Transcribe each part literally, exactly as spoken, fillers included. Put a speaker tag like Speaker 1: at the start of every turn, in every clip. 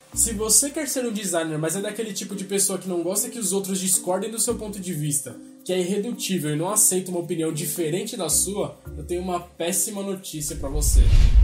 Speaker 1: Se você quer ser um designer, mas é daquele tipo de pessoa que não gosta que os outros discordem do seu ponto de vista, que é irredutível e não aceita uma opinião diferente da sua, eu tenho uma péssima notícia pra você.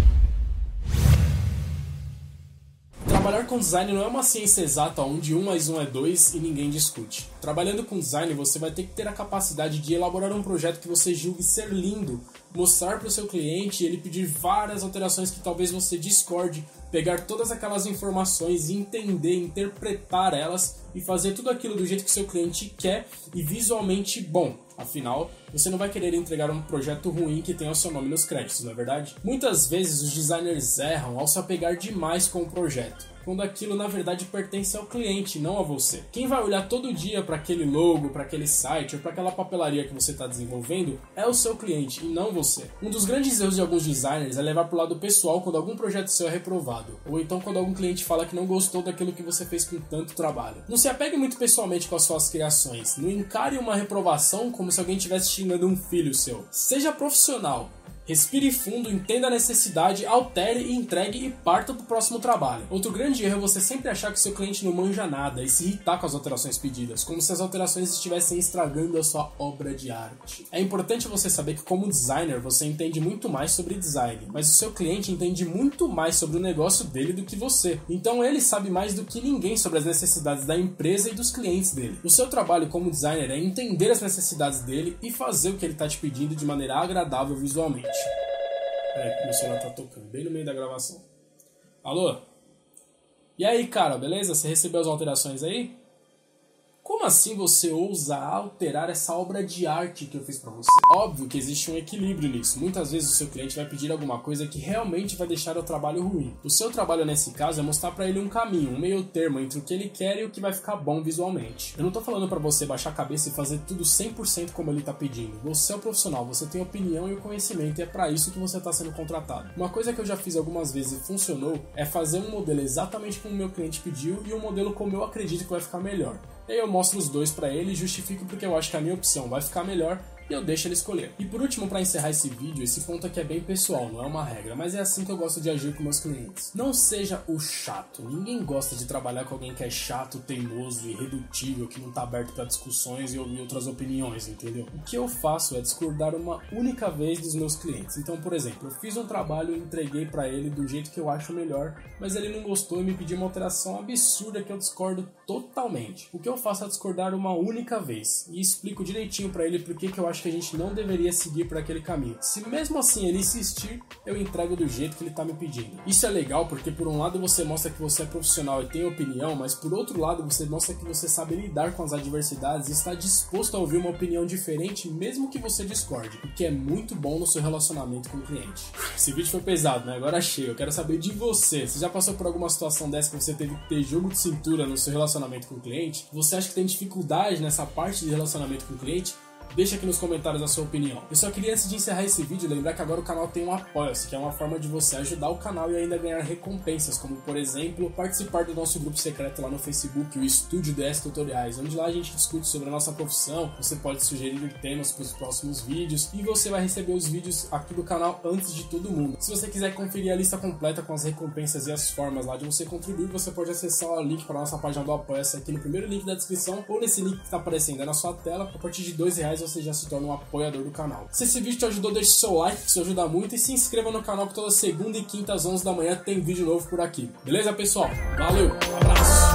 Speaker 1: Trabalhar com design não é uma ciência exata onde um mais um é dois e ninguém discute. Trabalhando com design, você vai ter que ter a capacidade de elaborar um projeto que você julgue ser lindo, mostrar para o seu cliente e ele pedir várias alterações que talvez você discorde, pegar todas aquelas informações, entender, interpretar elas e fazer tudo aquilo do jeito que seu cliente quer e visualmente bom. Afinal, você não vai querer entregar um projeto ruim que tenha o seu nome nos créditos, não é verdade? Muitas vezes os designers erram ao se apegar demais com o projeto, quando aquilo na verdade pertence ao cliente, não a você. Quem vai olhar todo dia para aquele logo, para aquele site ou para aquela papelaria que você está desenvolvendo é o seu cliente e não você. Um dos grandes erros de alguns designers é levar para o lado pessoal quando algum projeto seu é reprovado, ou então quando algum cliente fala que não gostou daquilo que você fez com tanto trabalho. Não se apegue muito pessoalmente com as suas criações, não encare uma reprovação como se alguém estivesse xingando um filho seu. Seja profissional. Respire fundo, entenda a necessidade, altere e entregue e parta para o próximo trabalho. Outro grande erro é você sempre achar que seu cliente não manja nada e se irritar com as alterações pedidas, como se as alterações estivessem estragando a sua obra de arte. É importante você saber que como designer você entende muito mais sobre design, mas o seu cliente entende muito mais sobre o negócio dele do que você. Então ele sabe mais do que ninguém sobre as necessidades da empresa e dos clientes dele. O seu trabalho como designer é entender as necessidades dele e fazer o que ele está te pedindo de maneira agradável visualmente. É, meu celular tá tocando bem no meio da gravação. Alô? E aí, cara, beleza? Você recebeu as alterações aí? Como assim você ousa alterar essa obra de arte que eu fiz pra você? Óbvio que existe um equilíbrio nisso. Muitas vezes o seu cliente vai pedir alguma coisa que realmente vai deixar o trabalho ruim. O seu trabalho nesse caso é mostrar pra ele um caminho, um meio termo entre o que ele quer e o que vai ficar bom visualmente. Eu não tô falando pra você baixar a cabeça e fazer tudo cem por cento como ele tá pedindo. Você é o profissional, você tem a opinião e o conhecimento e é pra isso que você tá sendo contratado. Uma coisa que eu já fiz algumas vezes e funcionou é fazer um modelo exatamente como o meu cliente pediu e um modelo como eu acredito que vai ficar melhor. E aí eu mostro os dois pra ele e justifico porque eu acho que a minha opção vai ficar melhor e eu deixo ele escolher. E por último, pra encerrar esse vídeo, esse ponto aqui é bem pessoal, não é uma regra, mas é assim que eu gosto de agir com meus clientes. Não seja o chato. Ninguém gosta de trabalhar com alguém que é chato, teimoso, irredutível, que não tá aberto pra discussões e ouvir outras opiniões, entendeu? O que eu faço é discordar uma única vez dos meus clientes. Então, por exemplo, eu fiz um trabalho e entreguei pra ele do jeito que eu acho melhor, mas ele não gostou e me pediu uma alteração absurda que eu discordo totalmente. O que eu faço é discordar uma única vez e explico direitinho pra ele por que que eu acho que a gente não deveria seguir por aquele caminho. Se mesmo assim ele insistir, eu entrego do jeito que ele tá me pedindo. Isso é legal porque por um lado você mostra que você é profissional e tem opinião, mas por outro lado você mostra que você sabe lidar com as adversidades e está disposto a ouvir uma opinião diferente mesmo que você discorde, o que é muito bom no seu relacionamento com o cliente. Esse vídeo foi pesado, né? Agora achei. Eu quero saber de você. Você já passou por alguma situação dessa que você teve que ter jogo de cintura no seu relacionamento com o cliente? Você acha que tem dificuldade nessa parte de relacionamento com o cliente? Deixa aqui nos comentários a sua opinião. Eu só queria, antes de encerrar esse vídeo, lembrar que agora o canal tem um Apoia-se, que é uma forma de você ajudar o canal e ainda ganhar recompensas, como por exemplo, participar do nosso grupo secreto lá no Facebook, o Estúdio D S Tutoriais, onde lá a gente discute sobre a nossa profissão, você pode sugerir temas para os próximos vídeos e você vai receber os vídeos aqui do canal antes de todo mundo. Se você quiser conferir a lista completa com as recompensas e as formas lá de você contribuir, você pode acessar o link para a nossa página do Apoia-se aqui no primeiro link da descrição ou nesse link que está aparecendo aí na sua tela. A partir de dois reais você já se torna um apoiador do canal. Se esse vídeo te ajudou, deixe seu like, que isso ajuda muito, e se inscreva no canal que toda segunda e quinta às onze da manhã tem vídeo novo por aqui. Beleza, pessoal? Valeu, abraço!